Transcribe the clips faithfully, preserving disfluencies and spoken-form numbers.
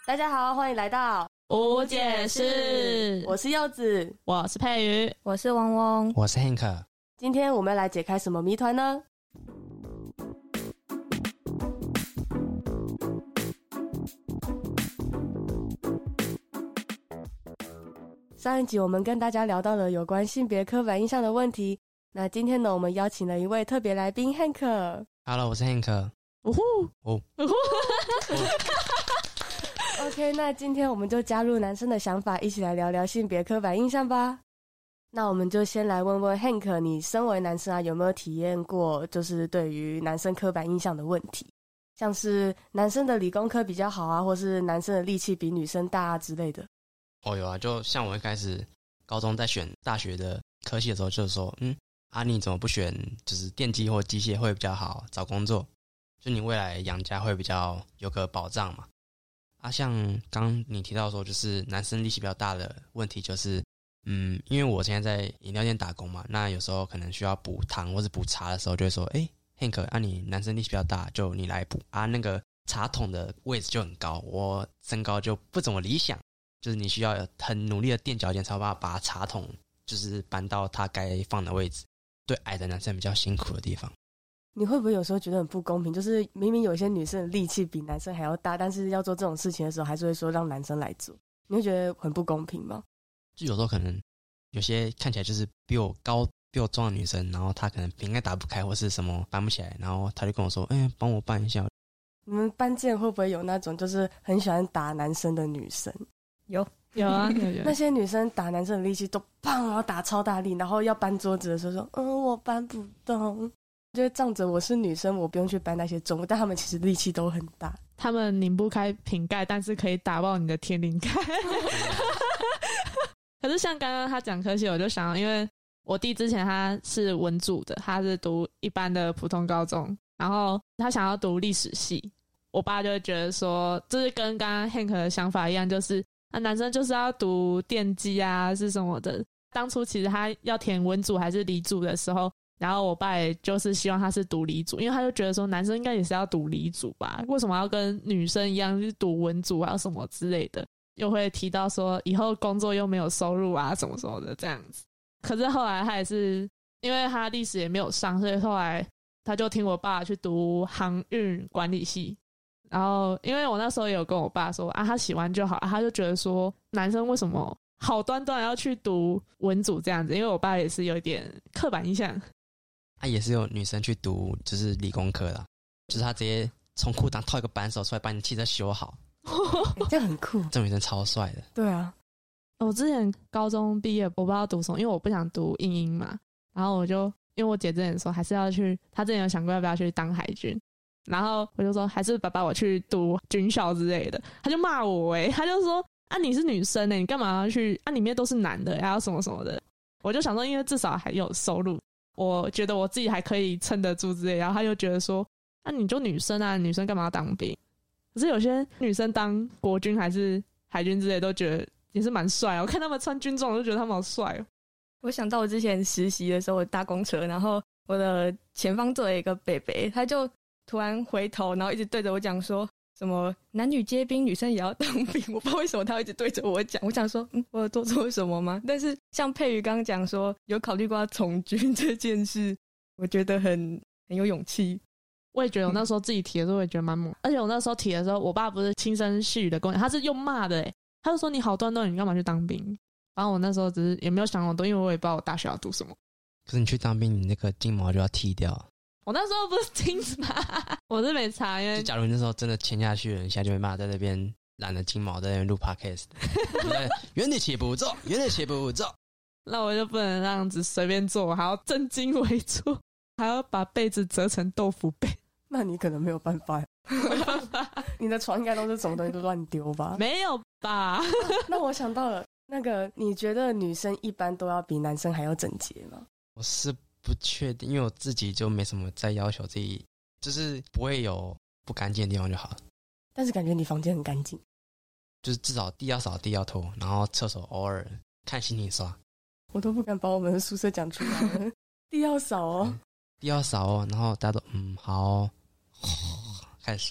大家好，欢迎来到无解释， 我是柚子， 我是佩瑜， 我是汪汪， 我是 Hank。 今天我们来解开什么谜团呢？上一集我们跟大家聊到了有关性别刻板印象的问题，那今天呢，我们邀请了一位特别来宾 Hank。 Hello， 我是 Hank。 呜呼哦呜呼 OK， 那今天我们就加入男生的想法，一起来聊聊性别刻板印象吧。那我们就先来问问 Hank， 你身为男生啊，有没有体验过就是对于男生刻板印象的问题，像是男生的理工科比较好啊，或是男生的力气比女生大啊之类的？ 哦，有啊，就像我一开始高中在选大学的科系的时候，就是说，嗯，啊，你怎么不选就是电机或机械会比较好找工作？就你未来养家会比较有个保障嘛。啊，像刚你提到说，就是男生力气比较大的问题，就是嗯，因为我现在在饮料店打工嘛，那有时候可能需要补糖或是补茶的时候，就会说，诶 Hank， 啊你男生力气比较大，就你来补啊，那个茶桶的位置就很高，我身高就不怎么理想，就是你需要很努力的垫脚尖才有办法把茶桶就是搬到它该放的位置，对矮的男生比较辛苦的地方。 你会不会有时候觉得很不公平，就是明明有些女生的力气比男生还要大，但是要做这种事情的时候还是会说让男生来做，你会觉得很不公平吗？ 就有时候可能有些看起来就是比我高比我壮的女生，然后她可能瓶盖打不开或是什么搬不起来，然后她就跟我说，哎，帮我搬一下。 你们班见会不会有那种就是很喜欢打男生的女生？ 有有啊有有那些女生打男生的力气都棒，然后打超大力，然后要搬桌子的时候说，嗯，我搬不动，就会仗着我是女生，我不用去搬那些重物，但他们其实力气都很大。 他们拧不开瓶盖，但是可以打爆你的天灵盖。可是像刚刚他讲科系，我就想到，因为我弟之前他是文组的，他是读一般的普通高中，然后他想要读历史系，我爸就会觉得说，这是跟刚刚 Hank 的想法一样，就是啊，男生就是要读电机啊是什么的。当初其实他要填文组还是理组的时候，然后我爸也就是希望他是读理组，因为他就觉得说男生应该也是要读理组吧，为什么要跟女生一样去读文组啊什么之类的，又会提到说以后工作又没有收入啊什么什么的这样子。可是后来他也是因为他历史也没有上，所以后来他就听我爸去读航运管理系。然后因为我那时候也有跟我爸说啊，他喜欢就好啊，他就觉得说男生为什么好端端要去读文组这样子，因为我爸也是有一点刻板印象。 啊，也是有女生去读就是理工科的，就是她直接从裤裆套一个扳手出来把你汽车修好。 欸、这样很酷。 这种女生超帅的。 对啊， 我之前高中毕业我不知道读什么，因为我不想读英英嘛，然后我就因为我姐之前说还是要去，她之前有想过要不要去当海军，然后我就说还是爸爸我去读军校之类的，他就骂我诶、欸、他就说啊你是女生诶、欸、你干嘛要去啊里面都是男的然后什么什么的。我就想说因为至少还有收入，我觉得我自己还可以撑得住之类，然后他就觉得说啊你就女生啊，女生干嘛要当兵？可是有些女生当国军还是海军之类都觉得也是蛮帅哦，我看他们穿军装我就觉得他们好帅哦。 我想到我之前实习的时候，我搭公车，然后我的前方坐了一个北北，他就突然回头，然后一直对着我讲说什么男女皆兵，女生也要当兵。我不知道为什么他会一直对着我讲，我想说嗯，我有做错什么吗？但是像佩瑜刚刚讲说有考虑过要从军这件事，我觉得很很有勇气。 我也觉得我那时候自己提的时候我也觉得蛮猛，而且我那时候提的时候我爸不是轻声细语的跟我讲，他是用骂的耶，他就说你好端端你干嘛去当兵。然后我那时候只是也没有想那么多，因为我也不知道我大学要读什么。 可是你去当兵你那个金毛就要剃掉。 我那时候不是金嘛，我是没差，因为就假如你那时候真的签下去了，你现在就没办法在那边染了金毛在那边录 podcast 原地起步走原地起步走， 那我就不能这样子随便做，我还要正襟危坐，还要把被子折成豆腐被。 那你可能没有办法。 没办法你的床应该都是什么东西都乱丢吧？ 没有吧那我想到了那个，你觉得女生一般都要比男生还要整洁吗？ 我是不确定，因为我自己就没什么在要求自己，就是不会有不干净的地方就好了。 但是感觉你房间很干净。 就是至少地要扫地要拖，然后厕所偶尔看心情刷。 我都不敢把我们的宿舍讲出来地要扫哦、 嗯、地要扫哦，然后大家都嗯好哦，开始睡。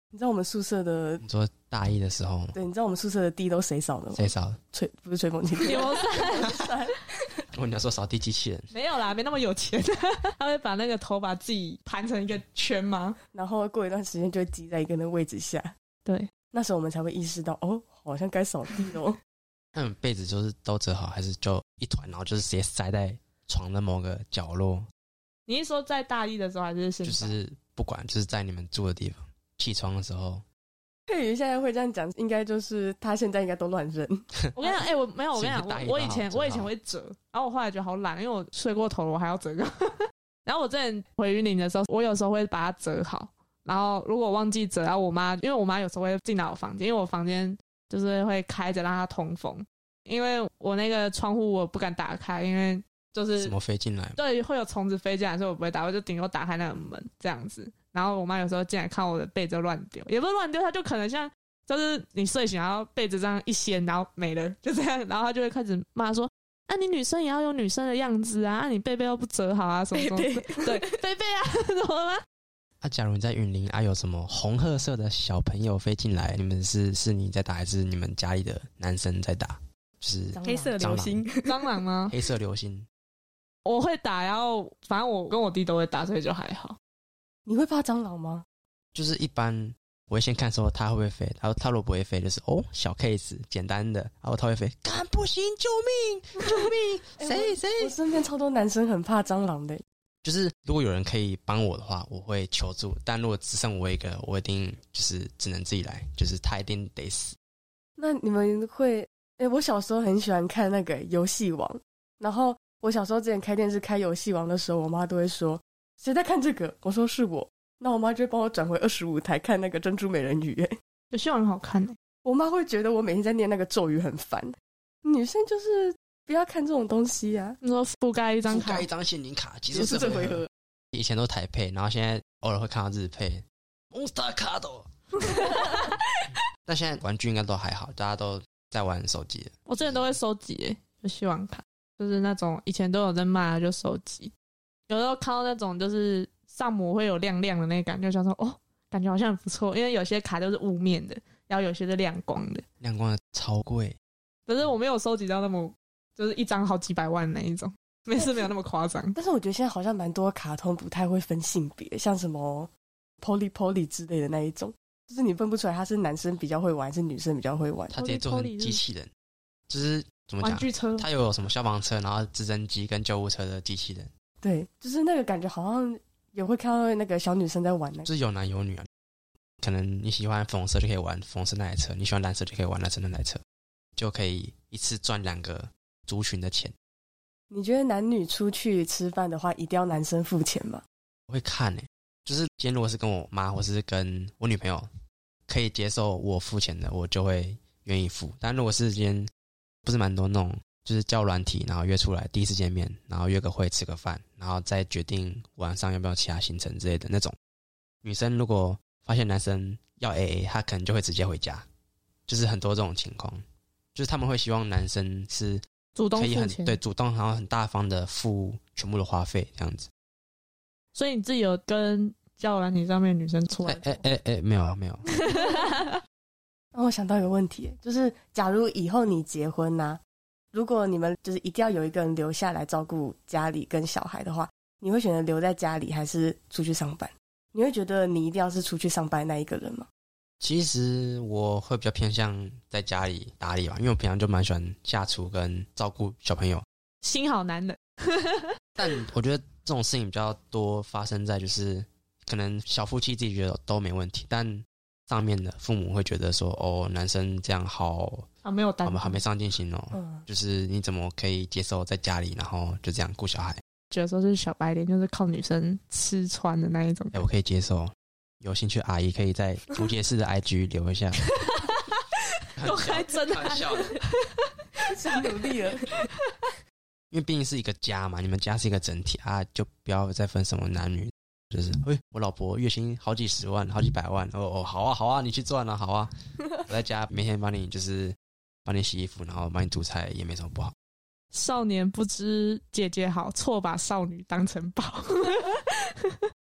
你知道我们宿舍的， 你说大一的时候， 对，你知道我们宿舍的地都谁扫的吗？ 谁扫的？ 吹不是吹风机， 牛散。 我你要说扫地机器人， 没有啦，没那么有钱。他会把那个头把自己盘成一个圈吗？ 然后过一段时间就会积在一个那个位置下。 对， 那时候我们才会意识到，哦，好像该扫地哦。 那你被子就是都折好，还是就一团，然后就是直接塞在床的某个角落？ 你是说在大一的时候还是现在？ 就是不管，就是在你们住的地方，起床的时候。 佩瑜现在会这样讲，应该就是他现在应该都乱扔。 我跟你讲，哎、欸，我没有，我跟你讲，我我以前我以前会折，然后我后来觉得好懒，因为我睡过头了，我还要折个。然后我之前回云林的时候，我有时候会把它折好，然后如果忘记折，然后我妈，因为我妈有时候会进来我房间，因为我房间就是会开着让它通风，因为我那个窗户我不敢打开，因为就是什么飞进来？ 对，会有虫子飞进来，所以我不会打，我就顶多打开那个门这样子。然后我妈有时候进来看我的被子乱丢，也不是乱丢，她就可能像就是你睡醒然后被子这样一掀，然后没了，就这样，然后她就会开始骂说：“啊，你女生也要有女生的样子啊，啊你被被又不折好啊，什么什么。”对，贝贝啊，怎么了吗？ 啊，假如你在云林啊，有什么红褐色的小朋友飞进来，你们是是你在打，还是你们家里的男生在打？就是黑色流星， 蟑螂吗？ 黑色流星， 我会打，然后反正我跟我弟都会打，所以就还好。 你会怕蟑螂吗？ 就是一般我会先看说他会不会飞，然后他如果不会飞，就是哦小 case 简单的，然后他会飞，干不行，救命救命，谁谁、 欸？我身边超多男生很怕蟑螂的。 就是如果有人可以帮我的话，我会求助，但如果只剩我一个，我一定就是只能自己来，就是他一定得死。 那你们会？哎、欸，我小时候很喜欢看那个游戏王，然后我小时候之前开电视开游戏王的时候，我妈都会说谁在看这个？我说是我，那我妈就会帮我转回二十五台看那个珍珠美人鱼。哎， 游戏王很好看的。 我妈会觉得我每天在念那个咒语很烦。女生就是不要看这种东西啊！ 你说覆盖一张卡， 覆盖一张陷阱卡，结束是这回合。 以前都台配，然后现在偶尔会看到日配 Monster Card。但现在玩具应该都还好，大家都在玩手机了。 我之前都会收集诶，游戏王卡，就是那种以前都有在卖，就收集。有时候看到那种就是上膜会有亮亮的那个感觉，想说哦，感觉好像很不错，因为有些卡都是雾面的，然后有些是亮光的， 亮光的超贵。 可是我没有收集到那么就是一张好几百万那一种，没事没有那么夸张。 但是我觉得现在好像蛮多卡通不太会分性别，像什么 Polly Polly 之类的那一种，就是你分不出来他是男生比较会玩还是女生比较会玩。 他直接做成机器人，就是怎么讲？ 玩具车， 他有什么消防车，然后直升机跟救护车的机器人。 对，就是那个感觉好像也会看到那个小女生在玩那个， 就是有男有女啊。可能你喜欢粉红色就可以玩粉红色那台车，你喜欢蓝色就可以玩蓝色那台车，就可以一次赚两个族群的钱。 你觉得男女出去吃饭的话，一定要男生付钱吗？ 我会看欸，就是今天如果是跟我妈或是跟我女朋友可以接受我付钱的，我就会愿意付。但如果是今天不是蛮多那种就是交软体，然后约出来第一次见面，然后约个会吃个饭，然后再决定晚上要不要其他行程之类的那种，女生如果发现男生要 A A， 她可能就会直接回家，就是很多这种情况，就是他们会希望男生是主动可以很付钱， 对主动然后很大方的付全部的花费这样子。 所以你自己有跟交友软体上面的女生出来？ 哎哎哎哎，没有没有。 让我想到一个问题，就是假如以后你结婚啊，如果你们就是一定要有一个人留下来照顾家里跟小孩的话，你会选择留在家里还是出去上班？你会觉得你一定要是出去上班那一个人吗？ 其实我会比较偏向在家里打理吧，因为我平常就蛮喜欢下厨跟照顾小朋友。 心好男人。 但我觉得这种事情比较多发生在就是可能小夫妻自己觉得都没问题，但上面的父母会觉得说哦，男生这样好啊，没有担当， 好没上进心哦、嗯，就是你怎么可以接受在家里然后就这样顾小孩？ 觉得说是小白脸，就是靠女生吃穿的那一种。 哎、欸，我可以接受，有兴趣阿姨可以在竹节式的 I G 留一下。 都还真的， 太努力了。 因为毕竟是一个家嘛，你们家是一个整体啊，就不要再分什么男女，就是喂、欸，我老婆月薪好几十万、好几百万，哦哦，好啊好啊，你去赚啊，好啊，我在家每天帮你就是帮你洗衣服，然后帮你煮菜，也没什么不好。 少年不知姐姐好，错把少女当成宝。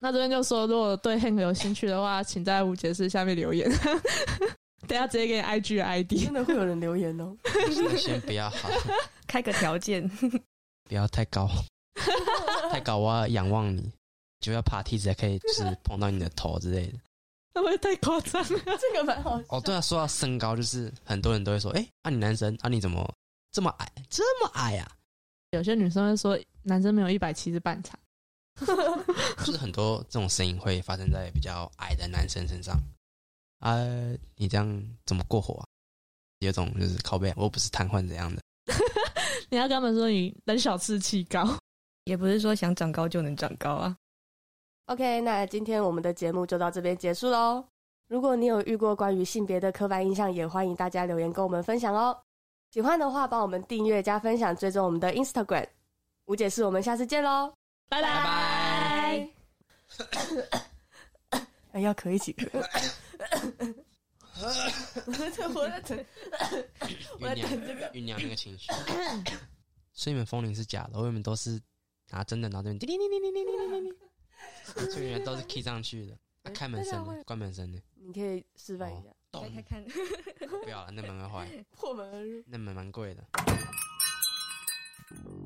那这边就说，如果对 Hank 有兴趣的话，请在无解释下面留言。等一下直接给你 I G 的 I D。 真的会有人留言哦。 先不要好， 开个条件， 不要太高，太高我要仰望你，就要爬梯子才可以，就是碰到你的头之类的。 会不会太夸张了？ 这个蛮好笑。 哦，对啊，说到身高，就是很多人都会说，哎、欸，啊你男生啊你怎么这么矮，这么矮啊？ 有些女生会说，男生没有一百七是半残。 就是很多这种声音会发生在比较矮的男生身上。啊，你这样怎么过火啊？有种就是靠背，我又不是瘫痪怎样的。 你要跟他们说你人小志气高， 也不是说想长高就能长高啊。 OK， 那今天我们的节目就到这边结束咯。如果你有遇过关于性别的刻板印象，也欢迎大家留言跟我们分享哦。喜欢的话帮我们订阅加分享，追踪我们的 Instagram。无解释，我们下次见咯， 拜拜。 哎，要咳一起咳。我在等，我在等这个酝酿那个情绪。所以你们风铃是假的，我以为你们都是拿真的，然后这边叮叮叮叮叮叮叮叮叮，所以原来都是 key 上去的。啊、开门声呢？关门声呢？ 你可以示范一下， 开开看。 不要了，那门会坏， 破门而入， 那门蛮贵的。